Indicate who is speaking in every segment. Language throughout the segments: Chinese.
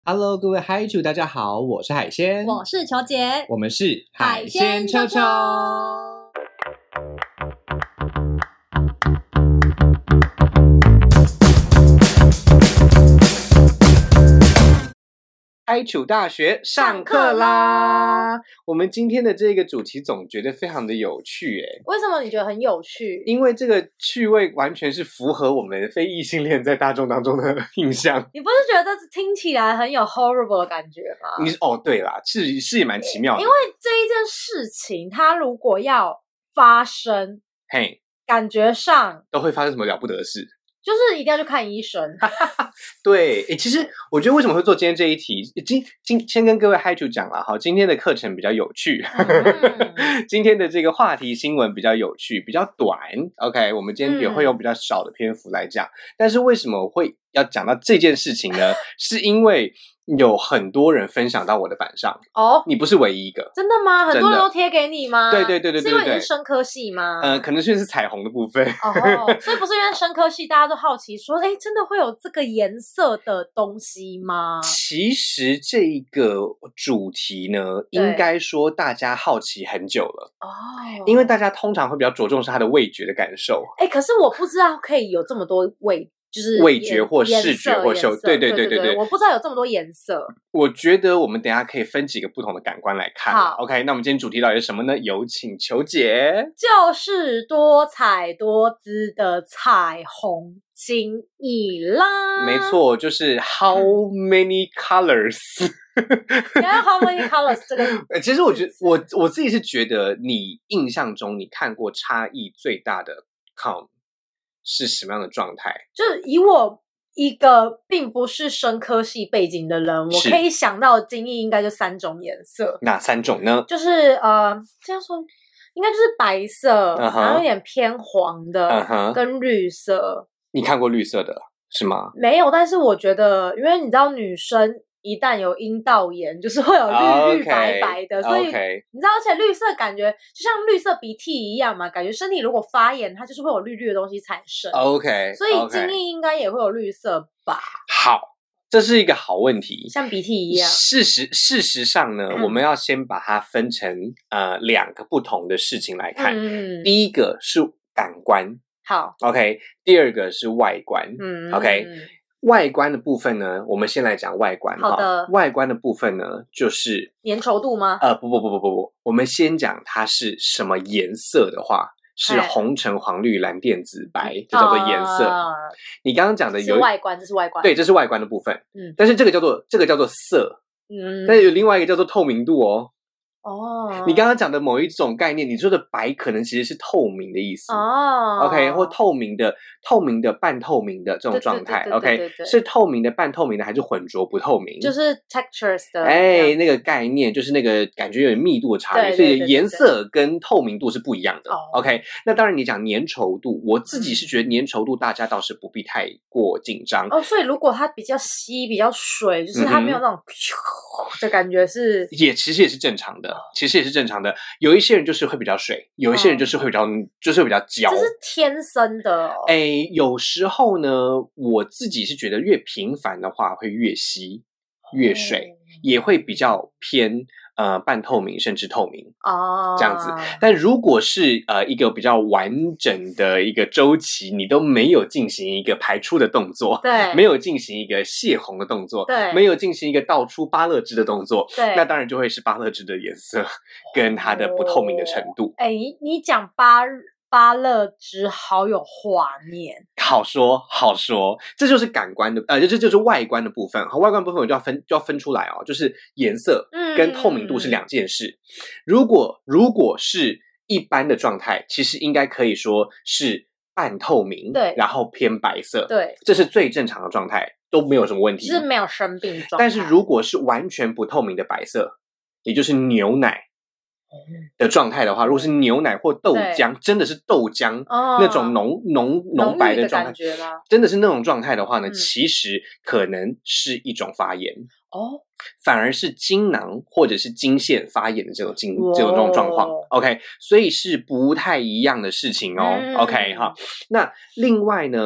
Speaker 1: Hello， 各位嗨主，大家好，我是海鲜，
Speaker 2: 我是球姐，
Speaker 1: 我们是
Speaker 2: 海鲜秋秋。
Speaker 1: 嗨主大学上课啦！我们今天的这个主题总觉得非常的有趣耶。
Speaker 2: 为什么你觉得很有趣？
Speaker 1: 因为这个趣味完全是符合我们非异性恋在大众当中的印象。
Speaker 2: 你不是觉得听起来很有 horrible 的感觉吗？
Speaker 1: 对啦，是也蛮奇妙的。
Speaker 2: 因为这一件事情，它如果要发生，
Speaker 1: 嘿，
Speaker 2: 感觉上
Speaker 1: 都会发生什么了不得的事？
Speaker 2: 就是一定要去看医生。
Speaker 1: 对，其实我觉得为什么会做今天这一题，先跟各位嗨主讲了哈，今天的课程比较有趣，今天的这个话题新闻比较有趣，比较短。OK， 我们今天也会用比较少的篇幅来讲，但是为什么会要讲到这件事情呢？是因为有很多人分享到我的板上哦，你不是唯一一个。
Speaker 2: 真的吗？很多人都贴给你吗？
Speaker 1: 对，
Speaker 2: 是因为你是生科系吗？
Speaker 1: 可能是彩虹的部分
Speaker 2: 哦，所以不是因为生科系大家都好奇说，真的会有这个颜色的东西吗？
Speaker 1: 其实这个主题呢，应该说大家好奇很久了哦，因为大家通常会比较着重是它的味觉的感受。
Speaker 2: 可是我不知道可以有这么多就是
Speaker 1: 味觉或视觉或嗅，对，
Speaker 2: 我不知道有这么多颜色。
Speaker 1: 我觉得我们等一下可以分几个不同的感官来看。好 ，OK， 那我们今天主题到底是什么呢？有请球姐。
Speaker 2: 就是多彩多姿的彩虹金翼啦。
Speaker 1: 没错，就是 How many colors？
Speaker 2: How many colors 这个？
Speaker 1: 其实我觉得我自己是觉得，你印象中你看过差异最大的 count 是什么样的状态？
Speaker 2: 就是以我一个并不是生科系背景的人，我可以想到的金翼应该就3种颜色。
Speaker 1: 哪3种呢？
Speaker 2: 就是这样说应该就是白色，然后有点偏黄的，跟绿色。你
Speaker 1: 看过绿色的是吗？
Speaker 2: 没有，但是我觉得，因为你知道女生一旦有阴道炎，就是会有绿白白的，所以你知道，而且绿色感觉就像绿色鼻涕一样嘛，感觉身体如果发炎，它就是会有绿绿的东西产生。
Speaker 1: OK，
Speaker 2: 所以精液应该也会有绿色吧？
Speaker 1: 好，这是一个好问题，
Speaker 2: 像鼻涕一样。
Speaker 1: 事实上呢，我们要先把它分成2个不同的事情来看。第一个是感官，
Speaker 2: 好
Speaker 1: ，OK， 第二个是外观，OK。外观的部分呢，我们先来讲外观。
Speaker 2: 好的，
Speaker 1: 外观的部分呢，就是
Speaker 2: 粘稠度吗？
Speaker 1: 不，我们先讲它是什么颜色的话，是红橙黄绿蓝靛紫白，这叫做颜色。你刚刚讲的
Speaker 2: 是外观，这是外观，
Speaker 1: 对，这是外观的部分。但是这个叫做色，但是有另外一个叫做透明度哦。你刚刚讲的某一种概念，你说的白可能其实是透明的意思，OK， 或透明的、半透明的这种状态 ，OK， 是透明的、半透明的还是混浊不透明？
Speaker 2: 就是 textures 的，
Speaker 1: 那个概念就是那个感觉有点密度的差别，所以颜色跟透明度是不一样的 ，OK。那当然你讲粘稠度，我自己是觉得粘稠度大家倒是不必太过紧张
Speaker 2: 哦。所以如果它比较稀、比较水，就是它没有那种的感觉是，
Speaker 1: 其实也是正常的。有一些人就是会比较水，有一些人就是会比较焦，
Speaker 2: 这是天生的哦。
Speaker 1: 有时候呢，我自己是觉得越频繁的话会越稀越水，也会比较偏半透明甚至透明这样子。但如果是一个比较完整的一个周期，你都没有进行一个排出的动作，
Speaker 2: 对，
Speaker 1: 没有进行一个泄洪的动作，
Speaker 2: 对，
Speaker 1: 没有进行一个倒出芭乐汁的动作，
Speaker 2: 对，
Speaker 1: 那当然就会是芭乐汁的颜色跟它的不透明的程度。
Speaker 2: 你讲芭乐汁好有画面，
Speaker 1: 好说，这就是感官的，这就是外观的部分。好，外观部分我就要分出来哦，就是颜色跟透明度是2件事。如果是一般的状态，其实应该可以说是半透明，
Speaker 2: 对，
Speaker 1: 然后偏白色，
Speaker 2: 对，
Speaker 1: 这是最正常的状态，都没有什么问题，
Speaker 2: 是没有生病状态。
Speaker 1: 但是如果是完全不透明的白色，也就是牛奶的状态的话，如果是牛奶或豆浆，真的是豆浆那种浓白的状态，真的是那种状态的话呢，其实可能是一种发炎哦，反而是精囊或者是经线发炎的这种状况 ，OK， 所以是不太一样的事情哦 ，OK 哈。那另外呢，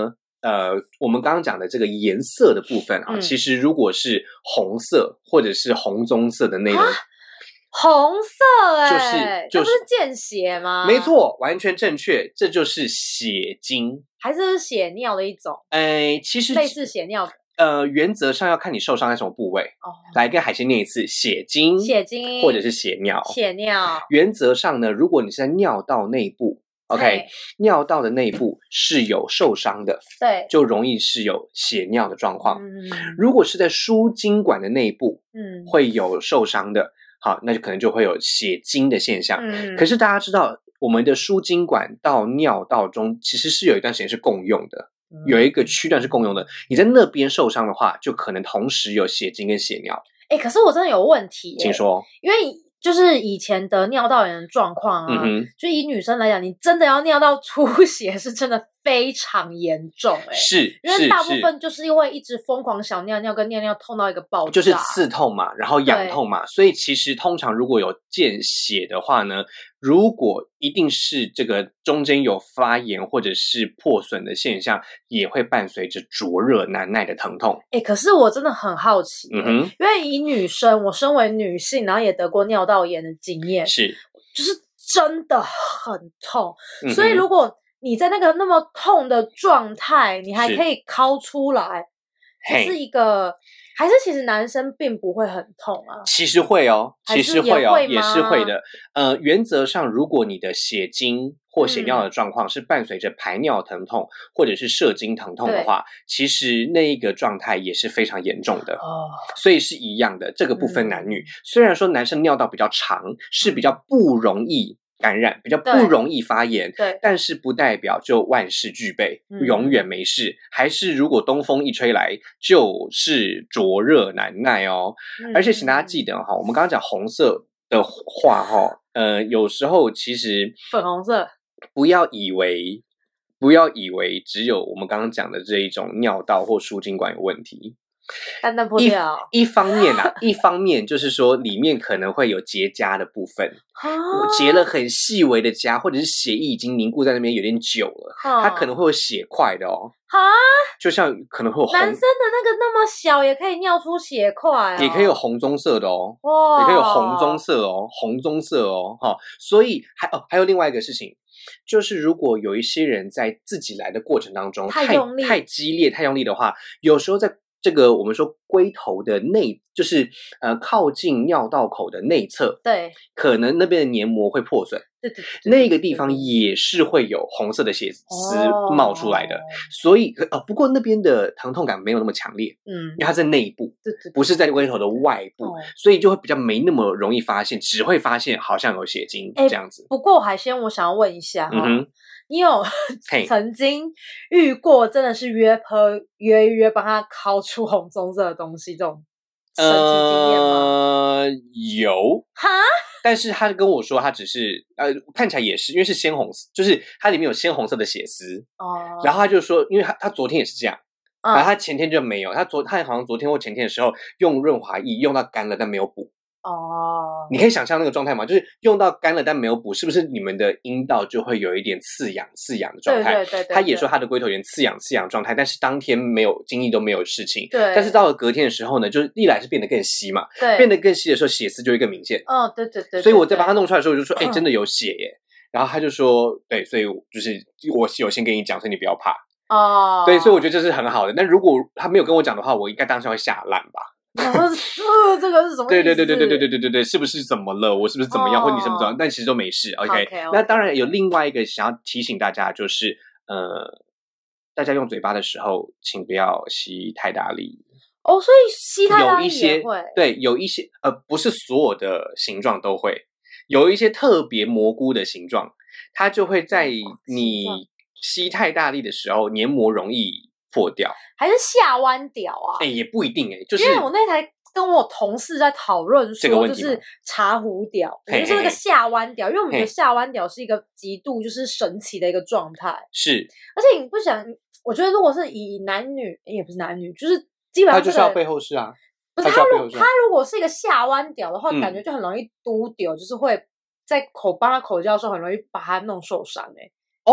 Speaker 1: 我们刚刚讲的这个颜色的部分啊，其实如果是红色或者是红棕色的那种。
Speaker 2: 红色
Speaker 1: 就是
Speaker 2: 这不是见血吗？
Speaker 1: 没错，完全正确，这就是血精，
Speaker 2: 还是血尿的一种？
Speaker 1: 其实
Speaker 2: 类似血尿
Speaker 1: 原则上要看你受伤在什么部位。来跟海鲜念一次，血精，或者是血尿。
Speaker 2: 血尿。
Speaker 1: 原则上呢，如果你是在尿道内部 ，OK， 尿道的内部是有受伤的，
Speaker 2: 对，
Speaker 1: 就容易是有血尿的状况。如果是在输精管的内部，会有受伤的。好，那就可能就会有血精的现象。可是大家知道，我们的输精管到尿道中其实是有一段时间是共用的，有一个区段是共用的。你在那边受伤的话，就可能同时有血精跟血尿。
Speaker 2: 可是我真的有问题
Speaker 1: 请说。
Speaker 2: 因为就是以前得尿道炎的状况啊，就以女生来讲，你真的要尿道出血是真的非常严重
Speaker 1: 是，
Speaker 2: 因为大部分就是因为一直疯狂小尿尿跟尿尿痛到一个爆炸，
Speaker 1: 就是刺痛嘛，然后痒痛嘛，所以其实通常如果有见血的话呢，如果一定是这个中间有发炎或者是破损的现象，也会伴随着灼热难耐的疼痛。
Speaker 2: 可是我真的很好奇因为以女生，我身为女性，然后也得过尿道炎的经验，
Speaker 1: 是，
Speaker 2: 就是真的很痛，所以如果你在那个那么痛的状态，你还可以尻出来，这是一个，还是其实男生并不会很痛啊？
Speaker 1: 其实会其实会也是会的。原则上，如果你的血精或血尿的状况是伴随着排尿疼痛或者是射精疼痛的话，其实那一个状态也是非常严重的。所以是一样的，这个不分男女。虽然说男生尿道比较长，是比较不容易感染，比较不容易发炎，但是不代表就万事俱备，永远没事。还是如果东风一吹来，就是灼热难耐而且请大家记得我们刚刚讲红色的话有时候其实
Speaker 2: 粉红色，
Speaker 1: 不要以为只有我们刚刚讲的这一种尿道或输精管有问题。
Speaker 2: 蛋蛋破掉。
Speaker 1: 一方面就是说里面可能会有结痂的部分，结了很细微的痂，或者是血液已经凝固在那边有点久了，它可能会有血块的就像可能会有
Speaker 2: 男生的那个那么小也可以尿出血块
Speaker 1: 也可以有红棕色的也可以有红棕色所以还有另外一个事情，就是如果有一些人在自己来的过程当中太激烈太用力的话，有时候在这个我们说龟头的就是靠近尿道口的内侧，
Speaker 2: 对，
Speaker 1: 可能那边的黏膜会破损，对，那个地方也是会有红色的血丝冒出来的，所以不过那边的疼痛感没有那么强烈，因为它在内部，不是在龟头的外部，所以就会比较没那么容易发现，只会发现好像有血精这样子。
Speaker 2: 不过海鲜，我想要问一下你有曾经遇过真的是约帮他敲出红棕色的东西这种神奇经验吗？
Speaker 1: 有但是他跟我说他只是看起来也是因为是鲜红色，就是它里面有鲜红色的血丝然后他就说因为他昨天也是这样然后他前天就没有，他好像昨天或前天的时候用润滑液用到干了但没有补你可以想象那个状态吗？就是用到干了但没有补，是不是你们的阴道就会有一点刺痒的状态？对，他也说他的龟头有点刺痒状态，但是当天没有经历都没有事情。对，但是到了隔天的时候呢，就是一来是变得更稀嘛，对，变得更稀的时候血丝就会更明显。对，所以我在帮他弄出来的时候，我就说，真的有血耶。然后他就说，对，所以就是我有先跟你讲，所以你不要怕。对，所以我觉得这是很好的。但如果他没有跟我讲的话，我应该当时会吓烂吧。
Speaker 2: 这个是什么意
Speaker 1: 思？对，是不是怎么了？我是不是怎么样？或者你是不是怎么样？但其实都没事。OK， 那当然有另外一个想要提醒大家，就是大家用嘴巴的时候，请不要吸太大力。
Speaker 2: 所以吸太大力也会
Speaker 1: 对，有一些不是所有的形状都会，有一些特别蘑菇的形状，它就会在你吸太大力的时候，黏膜容易破掉，
Speaker 2: 还是下弯屌啊？
Speaker 1: 也不一定就是
Speaker 2: 因为我那台跟我同事在讨论说，就是茶壶屌，就是那个下弯屌，因为我们的下弯屌是一个极度就是神奇的一个状态，
Speaker 1: 是，
Speaker 2: 而且你不想，我觉得如果是以男女，也不是男女，就是基本上
Speaker 1: 他就是要背后式啊。
Speaker 2: 不是他如果是一个下弯屌的话，感觉就很容易嘟屌，就是会在帮他口交的时候很容易把他弄受伤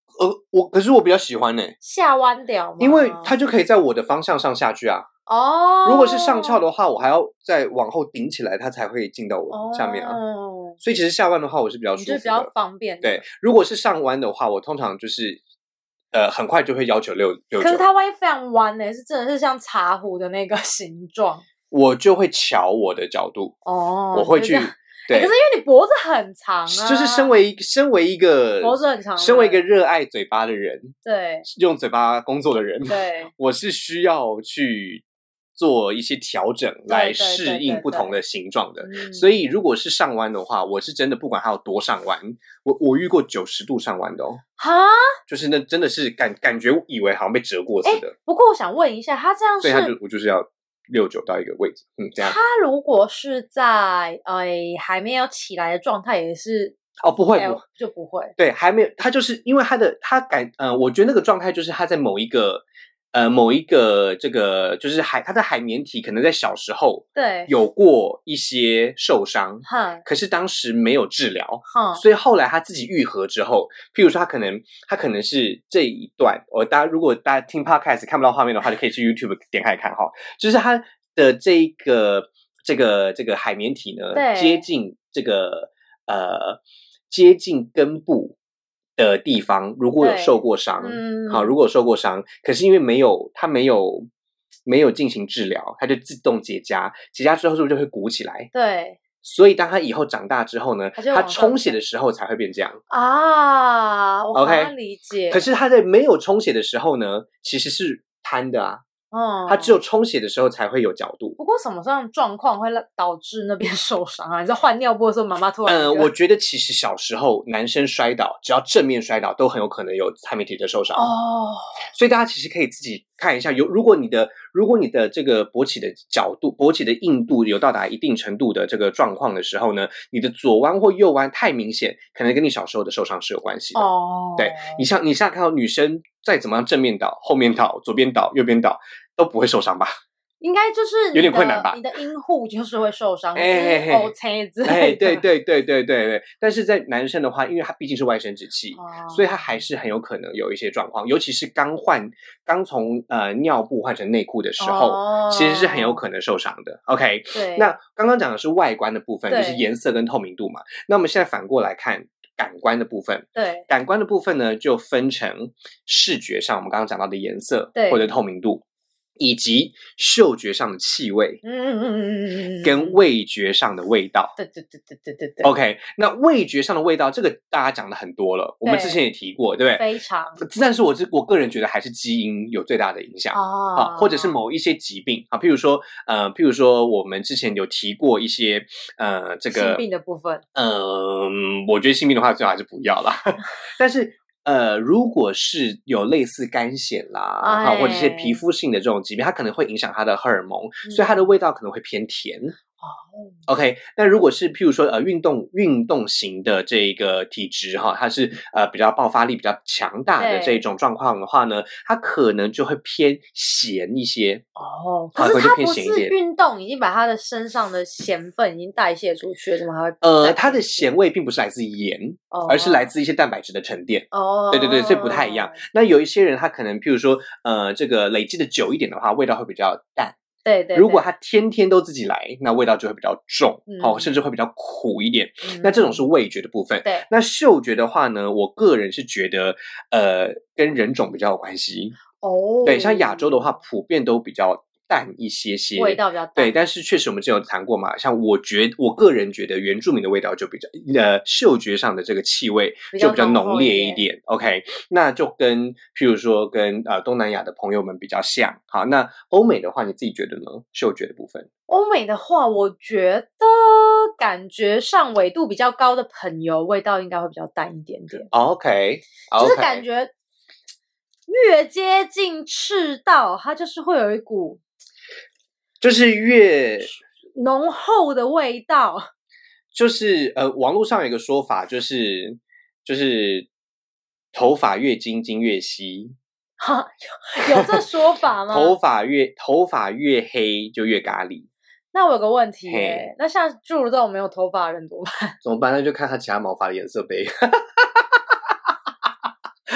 Speaker 1: 可是我比较喜欢呢，
Speaker 2: 下弯掉吗？
Speaker 1: 因为它就可以在我的方向上下去啊。如果是上翘的话，我还要再往后顶起来，它才会进到我下面啊。所以其实下弯的话，我是比较舒服的，
Speaker 2: 比较方便。
Speaker 1: 对，如果是上弯的话，我通常就是很快就会要求669。
Speaker 2: 可是它万一非常弯呢，是真的是像茶壶的那个形状，
Speaker 1: 我就会调我的角度我会去。对，
Speaker 2: 可是因为你脖子很长啊，
Speaker 1: 就是身为一个
Speaker 2: 脖子很长，
Speaker 1: 身为一个热爱嘴巴的人，
Speaker 2: 对，
Speaker 1: 用嘴巴工作的人，
Speaker 2: 对，
Speaker 1: 我是需要去做一些调整来适应不同的形状的。所以如果是上弯的话，我是真的不管它有多上弯，我遇过90度上弯的哦。
Speaker 2: 哈，
Speaker 1: 就是那真的是感觉以为好像被折过似的。
Speaker 2: 不过我想问一下，他这样
Speaker 1: 所以我就是要69到一个位置，这样。
Speaker 2: 他如果是在还没有起来的状态，也是
Speaker 1: 不会
Speaker 2: 就不会。
Speaker 1: 对，还没有，他就是因为我觉得那个状态就是他在某一个这个就是他的海绵体可能在小时候
Speaker 2: 对
Speaker 1: 有过一些受伤，可是当时没有治疗，所以后来他自己愈合之后，譬如说他可能是这一段，如果大家听 podcast 看不到画面的话，就可以去 YouTube 点开看哈，就是他的这个海绵体呢，接近接近根部的地方，如果有受过伤，如果有受过伤，可是因为他没有进行治疗，它就自动结痂，结痂之后是不是就会鼓起来？
Speaker 2: 对，
Speaker 1: 所以当他以后长大之后呢，他充血的时候才会变这样
Speaker 2: 啊。我好像理解。
Speaker 1: 可是他在没有充血的时候呢，其实是瘫的啊。它只有充血的时候才会有角度。
Speaker 2: 不过什么样的状况会导致那边受伤啊？你在换尿布的时候，妈妈突然
Speaker 1: 我觉得其实小时候男生摔倒，只要正面摔倒，都很有可能有海绵体的受伤所以大家其实可以自己看一下，如果你的这个勃起的角度、勃起的硬度有到达一定程度的这个状况的时候呢，你的左弯或右弯太明显，可能跟你小时候的受伤是有关系的。对，你现在看到女生再怎么样正面倒、后面倒、左边倒、右边倒，都不会受伤吧？
Speaker 2: 应该就是
Speaker 1: 有点困难吧？
Speaker 2: 你的阴户就是会受伤，
Speaker 1: 对。但是在男生的话，因为他毕竟是外生殖器，所以他还是很有可能有一些状况，尤其是刚从尿布换成内裤的时候，其实是很有可能受伤的。OK，
Speaker 2: 对。
Speaker 1: 那刚刚讲的是外观的部分，就是颜色跟透明度嘛。那我们现在反过来看感官的部分，
Speaker 2: 对，
Speaker 1: 感官的部分呢，就分成视觉上我们刚刚讲到的颜色或者透明度。以及嗅觉上的气味，跟味觉上的味道。
Speaker 2: 对。
Speaker 1: OK， 那味觉上的味道，这个大家讲的很多了，我们之前也提过，对不对？
Speaker 2: 非常。
Speaker 1: 但是我个人觉得还是基因有最大的影响或者是某一些疾病譬如说我们之前有提过一些这个
Speaker 2: 性病的部分。
Speaker 1: 我觉得性病的话最好还是不要啦。但是如果是有类似肝癣啦，或者一些皮肤性的这种疾病，它可能会影响它的荷尔蒙，所以它的味道可能会偏甜。OK， 那如果是譬如说运动型的这个体质它是比较爆发力比较强大的这种状况的话呢，它可能就会偏咸一些。
Speaker 2: 可是它不是运动已经把它的身上的咸分已经代谢出去了，怎么还会？
Speaker 1: 它的咸味并不是来自盐，而是来自一些蛋白质的沉淀。对，所以不太一样。那有一些人他可能譬如说这个累积的久一点的话，味道会比较淡。
Speaker 2: 对，
Speaker 1: 如果他天天都自己来，那味道就会比较重，甚至会比较苦一点。那这种是味觉的部分。
Speaker 2: 对，
Speaker 1: 那嗅觉的话呢，我个人是觉得跟人种比较有关系。对，像亚洲的话，普遍都比较淡一些，
Speaker 2: 味道比较淡。
Speaker 1: 对，但是确实我们之前有谈过嘛，像我个人觉得原住民的味道就比较嗅觉上的这个气味就比较浓烈一点。OK， 那就譬如说跟东南亚的朋友们比较像。好，那欧美的话，你自己觉得呢？嗅觉的部分，
Speaker 2: 欧美的话，我觉得感觉上纬度比较高的朋友味道应该会比较淡一点点。
Speaker 1: OK，
Speaker 2: 就是感觉越接近赤道，它就是会有一股。
Speaker 1: 就是越
Speaker 2: 浓厚的味道，
Speaker 1: 就是网络上有一个说法，就是头发越金，金越稀。
Speaker 2: 有这说法吗？
Speaker 1: 头发越黑就越咖喱。
Speaker 2: 那我有个问题那像诸如这种没有头发的人怎么办？
Speaker 1: 怎么办？那就看他其他毛发的颜色呗。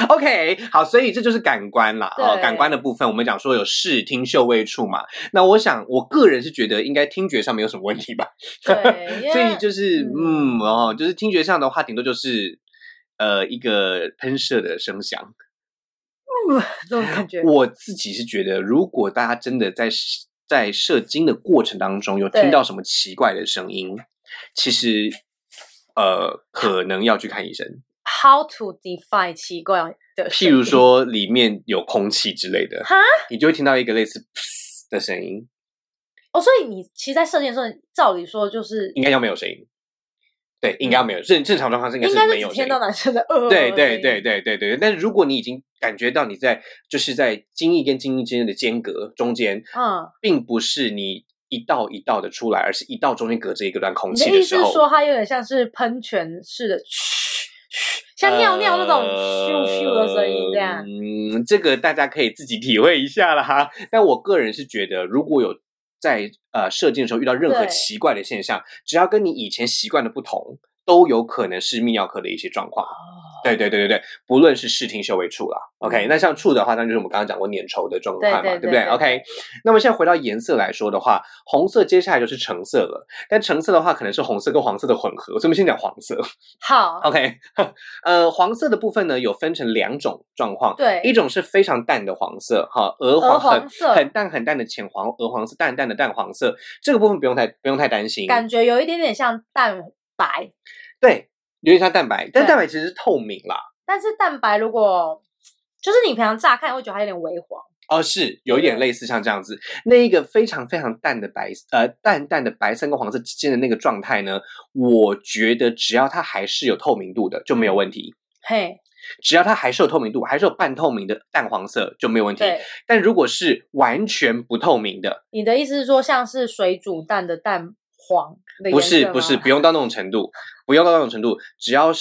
Speaker 1: OK， 好，所以这就是感官啦。感官的部分，我们讲说有视听嗅味触嘛。那我想，我个人是觉得应该听觉上没有什么问题吧。
Speaker 2: 对，
Speaker 1: 所以就是就是听觉上的话，顶多就是一个喷射的声响。
Speaker 2: 这种感觉，
Speaker 1: 我自己是觉得，如果大家真的在射精的过程当中有听到什么奇怪的声音，其实可能要去看医生。
Speaker 2: How to define 奇怪的声
Speaker 1: 譬
Speaker 2: 音？
Speaker 1: 如说里面有空气之类的，你就会听到一个类似噗的声音。
Speaker 2: 所以你其实在射箭的时候，照理说就是
Speaker 1: 应该要没有声音。对，应该要没有，正常状况是应该是没有声音。
Speaker 2: 听到男生的
Speaker 1: 对。但是如果你已经感觉到你就是在精液跟精液之间的间隔中间，并不是你一道一道的出来，而是一道中间隔着一个段空气的时候，
Speaker 2: 你的意思是说它有点像是喷泉式的像尿尿那种咻咻的声音这样？
Speaker 1: 这个大家可以自己体会一下啦哈。但我个人是觉得，如果有在射箭的时候遇到任何奇怪的现象，只要跟你以前习惯的不同，都有可能是泌尿科的一些状况。对，不论是视听嗅味触啦。OK， 那像触的话，那就是我们刚刚讲过粘稠的状态嘛，对不对 ？OK， 那么现在回到颜色来说的话，红色接下来就是橙色了。但橙色的话，可能是红色跟黄色的混合，所以我们先讲黄色。
Speaker 2: 好
Speaker 1: ，OK， 黄色的部分呢，有分成2种状况。
Speaker 2: 对，
Speaker 1: 一种是非常淡的黄色，鹅黄色，很淡的浅黄，鹅黄色，淡淡的淡黄色。这个部分不用太担心，
Speaker 2: 感觉有一点点像蛋白。
Speaker 1: 对。有点像蛋白，但蛋白其实是透明啦。
Speaker 2: 但是蛋白如果就是你平常乍看会觉得它有点微黄。
Speaker 1: 是有一点类似像这样子。那一个非常非常淡的淡的白色跟黄色之间的那个状态呢，我觉得只要它还是有透明度的就没有问题。只要它还是有透明度，还是有半透明的淡黄色就没有问题。但如果是完全不透明的，
Speaker 2: 你的意思是说像是水煮蛋的蛋黄的颜色吗？
Speaker 1: 不是，不用到那种程度，只要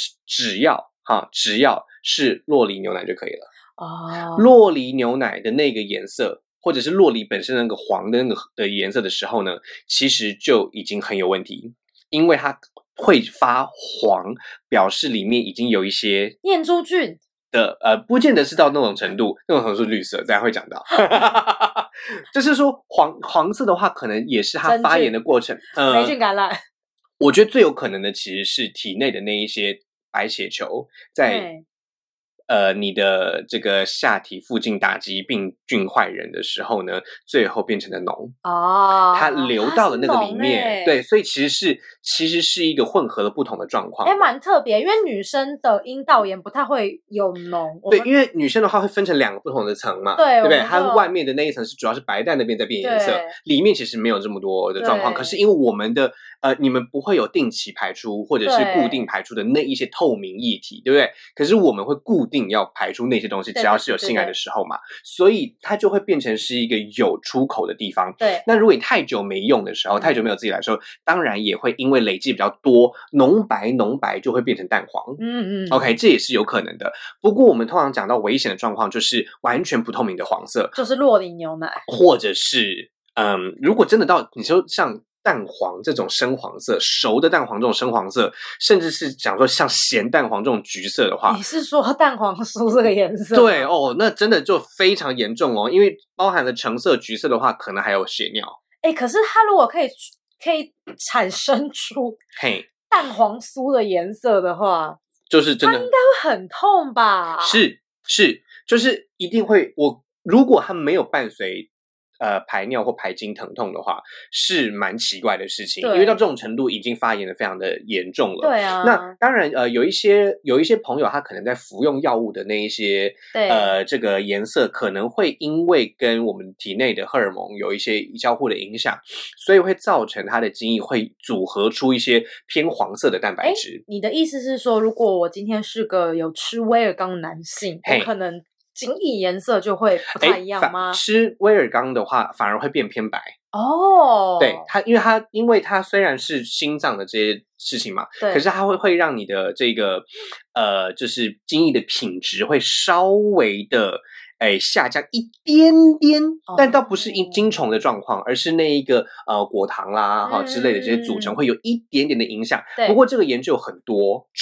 Speaker 1: 是酪梨牛奶就可以了。酪梨牛奶的那个颜色，或者是酪梨本身那个黄的那个的颜色的时候呢，其实就已经很有问题，因为它会发黄，表示里面已经有一些
Speaker 2: 念珠菌
Speaker 1: 的不见得是到那种程度，那种程度是绿色，等一下会讲到。就是说黄色的话，可能也是它发炎的过程，
Speaker 2: 霉菌感染。
Speaker 1: 我觉得最有可能的其实是体内的那一些白血球在你的这个下体附近打击病菌坏人的时候呢，最后变成了脓它流到了那个里面。对，所以其实是一个混合的不同的状况。
Speaker 2: 蛮特别，因为女生的阴道炎不太会有脓。
Speaker 1: 对，因为女生的话会分成2个不同的层嘛，对不对？它外面的那一层是主要是白蛋那边在变颜色，里面其实没有这么多的状况。可是因为我们的你们不会有定期排出或者是固定排出的那一些透明液体，对不对？可是我们会固定要排出那些东西，只要是有性爱的时候嘛，所以它就会变成是一个有出口的地方。
Speaker 2: 对，
Speaker 1: 那如果你太久没用的时候，太久没有自己来的时候，当然也会因为累积比较多，浓白就会变成淡黄。OK， 这也是有可能的。不过我们通常讲到危险的状况，就是完全不透明的黄色，
Speaker 2: 就是酪梨牛奶，
Speaker 1: 或者是如果真的到你说像蛋黄这种深黄色，熟的蛋黄这种深黄色，甚至是讲说像咸蛋黄这种橘色的话，
Speaker 2: 你是说蛋黄酥这个颜色？
Speaker 1: 对那真的就非常严重因为包含了橙色、橘色的话，可能还有血尿。
Speaker 2: 可是它如果可以产生出蛋黄酥的颜色的话，
Speaker 1: 就是真的
Speaker 2: 它应该会很痛吧？
Speaker 1: 是，就是一定会。如果它没有伴随排尿或排精疼痛的话，是蛮奇怪的事情，因为到这种程度已经发炎的非常的严重了。
Speaker 2: 对啊，
Speaker 1: 那当然有一些朋友他可能在服用药物的那一些这个颜色可能会因为跟我们体内的荷尔蒙有一些交互的影响，所以会造成他的精液会组合出一些偏黄色的蛋白质。
Speaker 2: 你的意思是说，如果我今天是个有吃威尔刚的男性，我可能精液颜色就会不太一样吗？
Speaker 1: 吃威尔刚的话，反而会变偏白。对，因为它虽然是心脏的这些事情嘛，可是它会让你的这个就是精液的品质会稍微的下降一点点，但倒不是精虫的状况，而是那一个果糖啦之类的这些组成会有一点点的影响。不过这个研究很多种，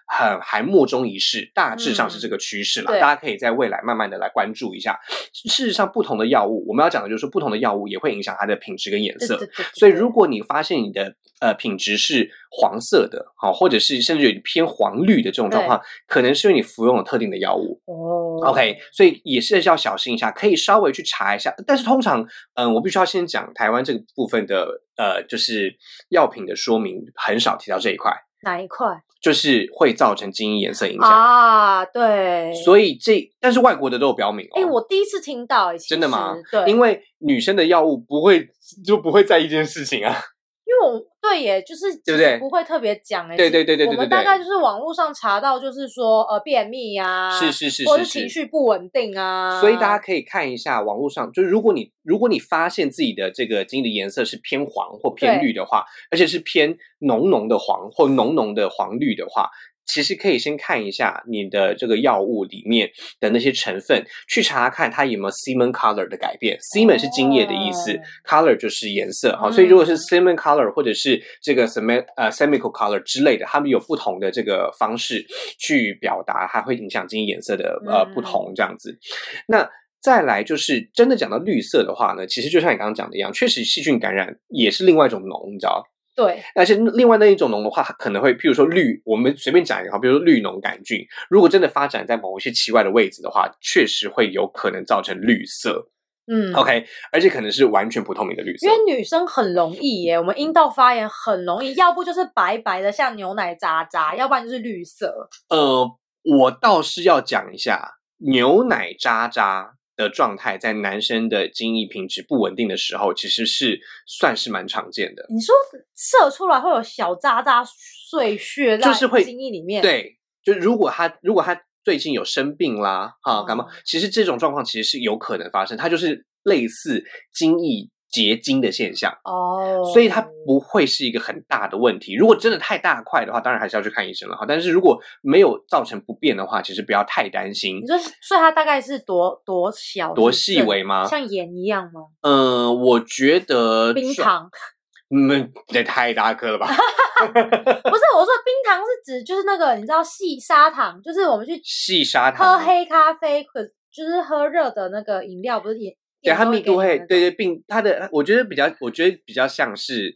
Speaker 1: 还莫衷一是，大致上是这个趋势啦，大家可以在未来慢慢的来关注一下。事实上不同的药物，我们要讲的就是说不同的药物也会影响它的品质跟颜色，所以如果你发现你的品质是黄色的，或者是甚至有点偏黄绿的这种状况，可能是因为你服用了特定的药物。OK， 所以也是要小心一下，可以稍微去查一下。但是通常，我必须要先讲台湾这个部分的就是药品的说明很少提到这一块。
Speaker 2: 哪一块？
Speaker 1: 就是会造成基因颜色影响
Speaker 2: 啊，对。
Speaker 1: 所以但是外国的都有标明哦。
Speaker 2: 我第一次听到，
Speaker 1: 真的吗？
Speaker 2: 对，
Speaker 1: 因为女生的药物不会在意这件事情啊。
Speaker 2: 因为我对耶，就是对不对？不会特别讲哎。
Speaker 1: 对，我
Speaker 2: 们大概就是网络上查到，就是说便秘啊，
Speaker 1: 是，
Speaker 2: 或者是情绪不稳定啊。
Speaker 1: 所以大家可以看一下网络上，就是如果你发现自己的这个基因的颜色是偏黄或偏绿的话，而且是偏浓的黄或浓的黄绿的话，其实可以先看一下你的这个药物里面的那些成分，去查看它有没有 semen color 的改变。semen 是精液的意思，color 就是颜色。所以如果是 semen color 或者是这个semical color 之类的，他们有不同的这个方式去表达，它会影响基因颜色的不同这样子。那再来就是真的讲到绿色的话呢，其实就像你刚刚讲的一样，确实细菌感染也是另外一种脓，你知道。
Speaker 2: 对，
Speaker 1: 而且另外那一种脓的话，它可能会，譬如说我们随便讲一个，比如说绿脓杆菌，如果真的发展在某一些奇怪的位置的话，确实会有可能造成绿色。OK， 而且可能是完全不透明的绿色。
Speaker 2: 因为女生很容易耶，我们阴道发炎很容易，要不就是白白的像牛奶渣渣，要不然就是绿色。
Speaker 1: 我倒是要讲一下牛奶渣渣的状态，在男生的精液品质不稳定的时候，其实是算是蛮常见的。
Speaker 2: 你说射出来会有小渣渣碎屑在精液里面？
Speaker 1: 对，就如果他最近有生病啦，感冒，其实这种状况其实是有可能发生，它就是类似精液结晶的现象所以它不会是一个很大的问题。如果真的太大块的话，当然还是要去看医生了。但是如果没有造成不便的话，其实不要太担心。
Speaker 2: 你说，所以它大概是多小、
Speaker 1: 多细微吗？
Speaker 2: 像盐一样吗？
Speaker 1: 我觉得
Speaker 2: 冰糖。
Speaker 1: 这太大颗了吧？
Speaker 2: 不是，我说冰糖是指就是那个你知道细砂糖，就是我们去
Speaker 1: 细砂糖
Speaker 2: 喝黑咖啡，就是喝热的那个饮料，不是也。
Speaker 1: 对，它密度会对它的我觉得比较像是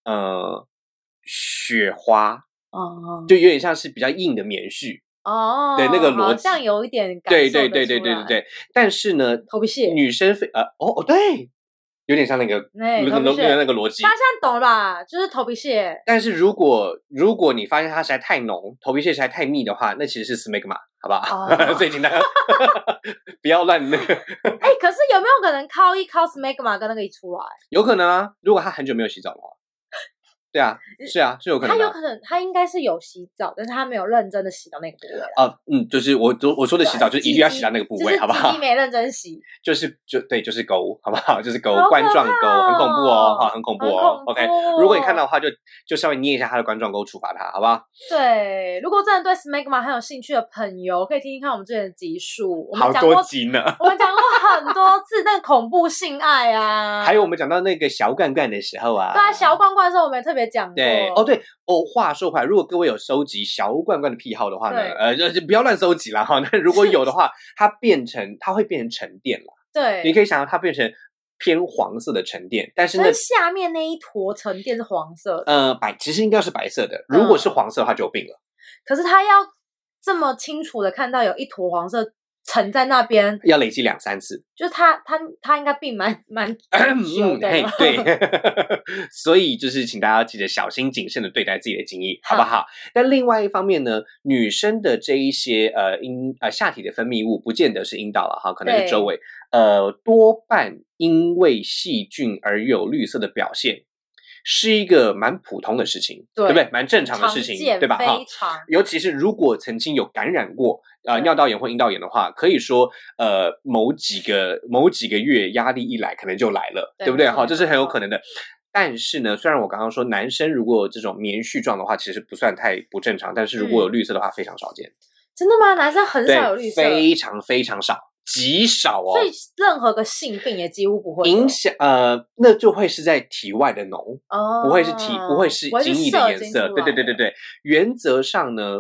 Speaker 1: 雪花就有点像是比较硬的棉絮对那个逻辑
Speaker 2: 好像有一点感受
Speaker 1: 对，但是呢，
Speaker 2: 头皮屑
Speaker 1: 女生对，有点像那个逻辑，
Speaker 2: 大家现在懂了吧？就是头皮屑。
Speaker 1: 但是如果你发现它实在太浓，头皮屑实在太密的话，那其实是 smegma， 好不好？最近大家不要乱那个。
Speaker 2: 可是有没有可能靠 smegma 跟那个一出来？
Speaker 1: 有可能啊，如果他很久没有洗澡的话。对啊，是有可能。
Speaker 2: 他有可能，他应该是有洗澡，但是他没有认真的洗到那个部位
Speaker 1: 就是我说的洗澡，就是一定要洗到那个部位，好不好？
Speaker 2: 鸡没认真洗，
Speaker 1: 就是沟，好不好？就是沟，冠状沟，很恐怖哦，很恐怖哦。OK， 如果你看到的话，就稍微捏一下他的冠状沟，处罚他，好不好？
Speaker 2: 对，如果真的对 smegma 很有兴趣的朋友，可以听听看我们之前的集数，
Speaker 1: 好多集呢。
Speaker 2: 我们讲过很多次那个恐怖性爱啊，
Speaker 1: 还有我们讲到那个小罐罐的时候啊，
Speaker 2: 对啊，小罐罐的时候我们也特别讲过。
Speaker 1: 对话说回来，如果各位有收集小罐罐的癖好的话呢，就不要乱收集啦哈。那如果有的话，它会变成沉淀了。
Speaker 2: 对，
Speaker 1: 你可以想象它变成偏黄色的沉淀，但是
Speaker 2: 下面那一坨沉淀是黄色
Speaker 1: 的。其实应该是白色的。如果是黄色的话，就有病了。
Speaker 2: 可是他要这么清楚的看到有一坨黄色沉在那边，
Speaker 1: 要累积2-3次，
Speaker 2: 就是他应该病蛮久的
Speaker 1: 对，所以就是请大家记得小心谨慎的对待自己的精液，好不好？但另外一方面呢，女生的这一些下体的分泌物，不见得是阴道了哈，可能是周围多半因为细菌而有绿色的表现。是一个蛮普通的事情，对不对？蛮正常的事情，对吧？尤其是如果曾经有感染过尿道炎或阴道炎的话，可以说某几个月压力一来，可能就来了，对不对？这是很有可能的。但是呢，虽然我刚刚说男生如果有这种棉絮状的话，其实不算太不正常，但是如果有绿色的话，非常少见。
Speaker 2: 真的吗？男生很少有绿色，
Speaker 1: 非常非常少。极少哦，
Speaker 2: 所以任何个性病也几乎不会
Speaker 1: 影响。那就会是在体外的脓，不会是精液的颜色。对。原则上呢，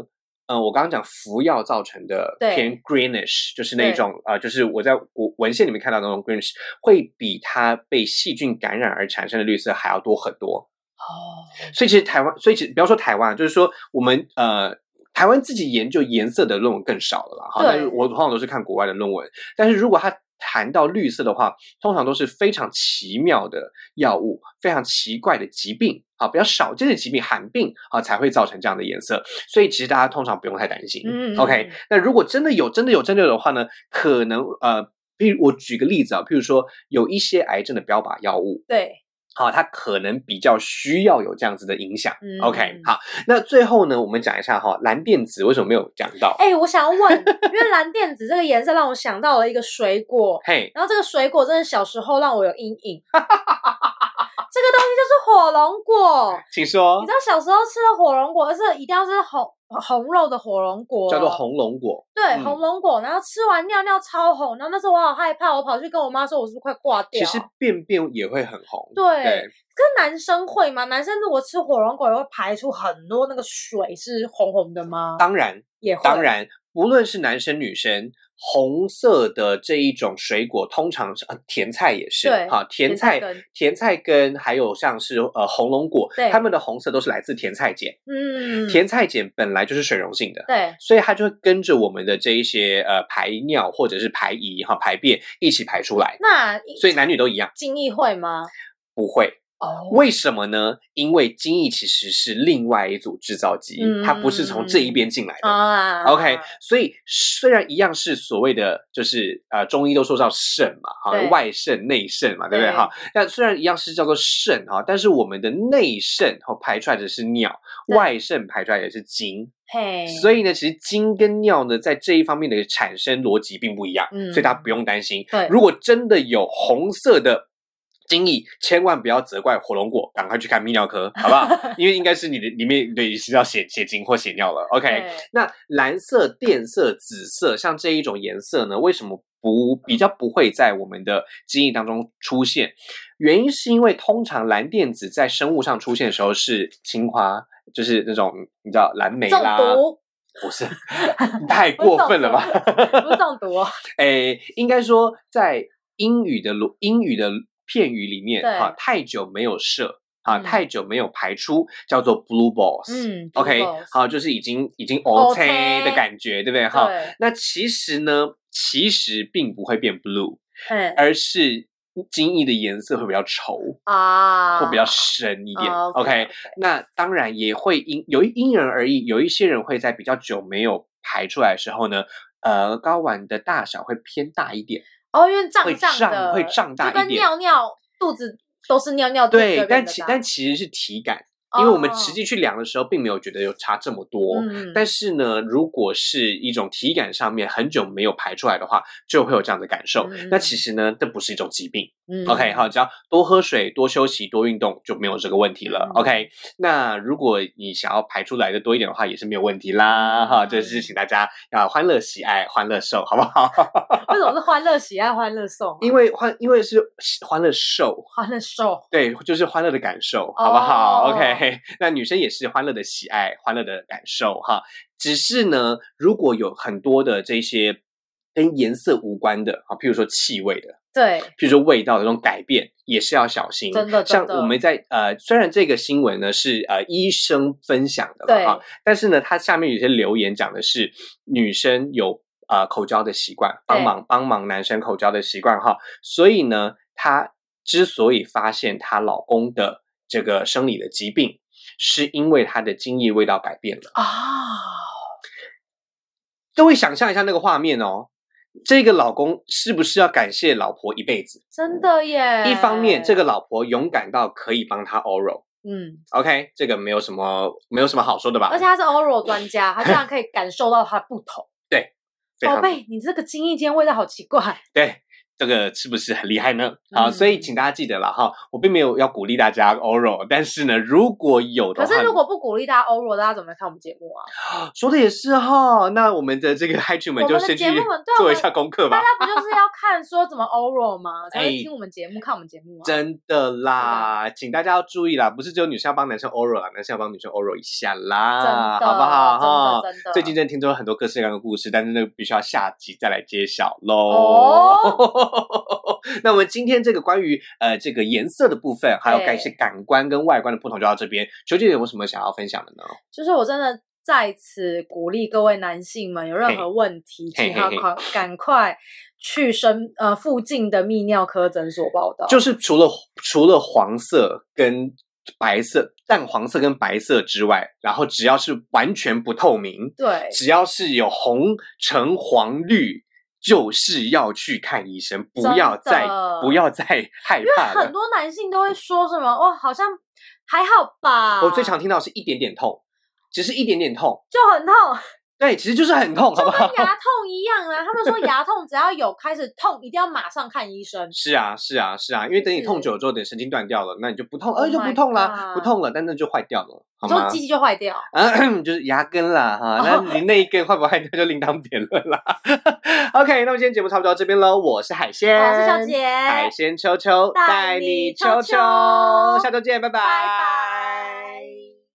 Speaker 1: 我刚刚讲服药造成的偏 greenish， 就是那种就是我在文献里面看到的那种 greenish， 会比它被细菌感染而产生的绿色还要多很多。所以其实不要说台湾，就是说我们台湾自己研究颜色的论文更少了啦。但是我通常都是看国外的论文。但是如果它谈到绿色的话，通常都是非常奇妙的药物，非常奇怪的疾病比较少见的疾病罕病才会造成这样的颜色。所以其实大家通常不用太担心。OK， 那如果真的有的话呢，可能譬如我举个例子譬如说有一些癌症的标靶药物，
Speaker 2: 对。
Speaker 1: 它可能比较需要有这样子的影响。OK， 好，那最后呢，我们讲一下蓝靛紫为什么没有讲到？
Speaker 2: 我想要问，因为蓝靛紫这个颜色让我想到了一个水果，然后这个水果真的小时候让我有阴影。这个东西就是火龙果，
Speaker 1: 请说。
Speaker 2: 你知道小时候吃的火龙果，而是一定要是红肉的火龙果，
Speaker 1: 叫做红龙果。
Speaker 2: 对，红龙果，然后吃完尿尿超红，然后那时候我好害怕，我跑去跟我妈说我是不是快挂掉。
Speaker 1: 其实便便也会很红。
Speaker 2: 对，跟男生会吗？男生如果吃火龙果也会排出很多那个水是红红的吗？
Speaker 1: 当然
Speaker 2: 也会，
Speaker 1: 当然，无论是男生女生，红色的这一种水果通常是甜菜也是。
Speaker 2: 对，
Speaker 1: 甜菜根还有像是红龙果，它们的红色都是来自甜菜碱。甜菜碱本来就是水溶性的，
Speaker 2: 对，
Speaker 1: 所以它就会跟着我们的这一些排尿或者是排遗排便一起排出来。
Speaker 2: 那
Speaker 1: 所以男女都一样。
Speaker 2: 精液会吗？
Speaker 1: 不会。为什么呢？因为精液其实是另外一组制造机，它不是从这一边进来的。OK， 所以虽然一样是所谓的就是中医都说叫肾嘛，外肾内肾嘛，对不对哈？但虽然一样是叫做肾但是我们的内肾排出来的是尿，外肾排出来的是精。所以呢，其实精跟尿呢，在这一方面的产生逻辑并不一样，所以大家不用担心。如果真的有红色的精液，千万不要责怪火龙果，赶快去看泌尿科，好不好？因为应该是你的里面是要血精或血尿了。OK， 那蓝色、靛色、紫色，像这一种颜色呢，为什么比较不会在我们的精液当中出现？原因是因为通常蓝靛紫在生物上出现的时候是青花，就是那种你知道蓝莓啦。
Speaker 2: 中毒？
Speaker 1: 不是，太过分了吧？
Speaker 2: 不是中毒
Speaker 1: 应该说在英语的片语里面太久没有射太久没有排出，叫做 blue balls。OK， 好，就是已经 OK 的感觉，对不对？那其实呢，并不会变 blue， 而是精液的颜色会比较稠会比较深一点。OK， 那当然也会因人而异，有一些人会在比较久没有排出来的时候呢，睾丸的大小会偏大一点。因
Speaker 2: 为胀的
Speaker 1: 会胀大一点，
Speaker 2: 就跟尿尿肚子都是尿尿。
Speaker 1: 对，但其实是体感。因为我们实际去量的时候并没有觉得有差这么多，但是呢，如果是一种体感上面很久没有排出来的话，就会有这样的感受。那其实呢，这不是一种疾病。OK， 好，只要多喝水、多休息、多运动就没有这个问题了。OK， 那如果你想要排出来的多一点的话，也是没有问题啦。就是请大家要欢乐喜爱、欢乐瘦，好不好？
Speaker 2: 为什么是欢乐喜爱、欢乐瘦？
Speaker 1: 因为是欢乐瘦，
Speaker 2: 欢乐瘦，
Speaker 1: 对，就是欢乐的感受，好不好？OK， 那女生也是欢乐的喜爱、欢乐的感受哈。只是呢，如果有很多的这些跟颜色无关的譬如说气味的，
Speaker 2: 对，
Speaker 1: 譬如说味道的这种改变，也是要小心。
Speaker 2: 真的，
Speaker 1: 像我们在虽然这个新闻呢是医生分享的了但是呢，它下面有些留言讲的是女生有口交的习惯，帮忙男生口交的习惯所以呢，她之所以发现她老公的这个生理的疾病，是因为她的精液味道改变了各位想象一下那个画面这个老公是不是要感谢老婆一辈子？
Speaker 2: 真的耶！
Speaker 1: 一方面，这个老婆勇敢到可以帮他 oral。OK， 这个没有什么好说的吧？
Speaker 2: 而且他是 oral 专家，他居然可以感受到它不同。
Speaker 1: 对，
Speaker 2: 宝贝，你这个精液间味道好奇怪。
Speaker 1: 对， 这个是不是很厉害呢？好，所以请大家记得了哈，我并没有要鼓励大家 oral， 但是呢，如果有的话，
Speaker 2: 可是如果不鼓励大家 oral， 大家怎么来看我们节目啊？
Speaker 1: 说的也是哈，那我们的这个嗨剧们就先去做一下功课吧。
Speaker 2: 大家不就是要看说怎么 oral 吗？才会听我们节目、看我们节目啊。
Speaker 1: 真的啦，请大家要注意啦，不是只有女生要帮男生 oral 啦，男生要帮女生 oral 一下啦，好不好？哈，
Speaker 2: 真的。
Speaker 1: 最近真的听说很多各式各样的故事，但是那个必须要下集再来揭晓喽。那我们今天这个关于这个颜色的部分，还有一些感官跟外观的不同，就到这边。球姐有什么想要分享的呢？
Speaker 2: 就是我真的在此鼓励各位男性们，有任何问题，请赶快去附近的泌尿科诊所报道。
Speaker 1: 就是除了黄色跟白色、淡黄色跟白色之外，然后只要是完全不透明，
Speaker 2: 对，只
Speaker 1: 要是有红、橙、黄、绿，就是要去看医生，不要再害怕了。
Speaker 2: 因为很多男性都会说什么哦，好像还好吧。
Speaker 1: 我最常听到是一点点痛，只是一点点痛
Speaker 2: 就很痛。
Speaker 1: 对，其实就是很痛，好不好？
Speaker 2: 就跟牙痛一样啊！他们说牙痛只要有开始痛，一定要马上看医生。
Speaker 1: 是啊，因为等你痛久了之后，等神经断掉了，那你就不痛，就不痛啦，不痛了，但那就坏掉了，好吗？
Speaker 2: 就机器就坏掉，
Speaker 1: 就是牙根啦，哈，那你那一根坏不坏掉就另当别论啦。OK， 那么今天节目差不多到这边喽，我是海鲜，
Speaker 2: 我是小姐，
Speaker 1: 海鲜秋秋带你秋秋，下周见，拜拜。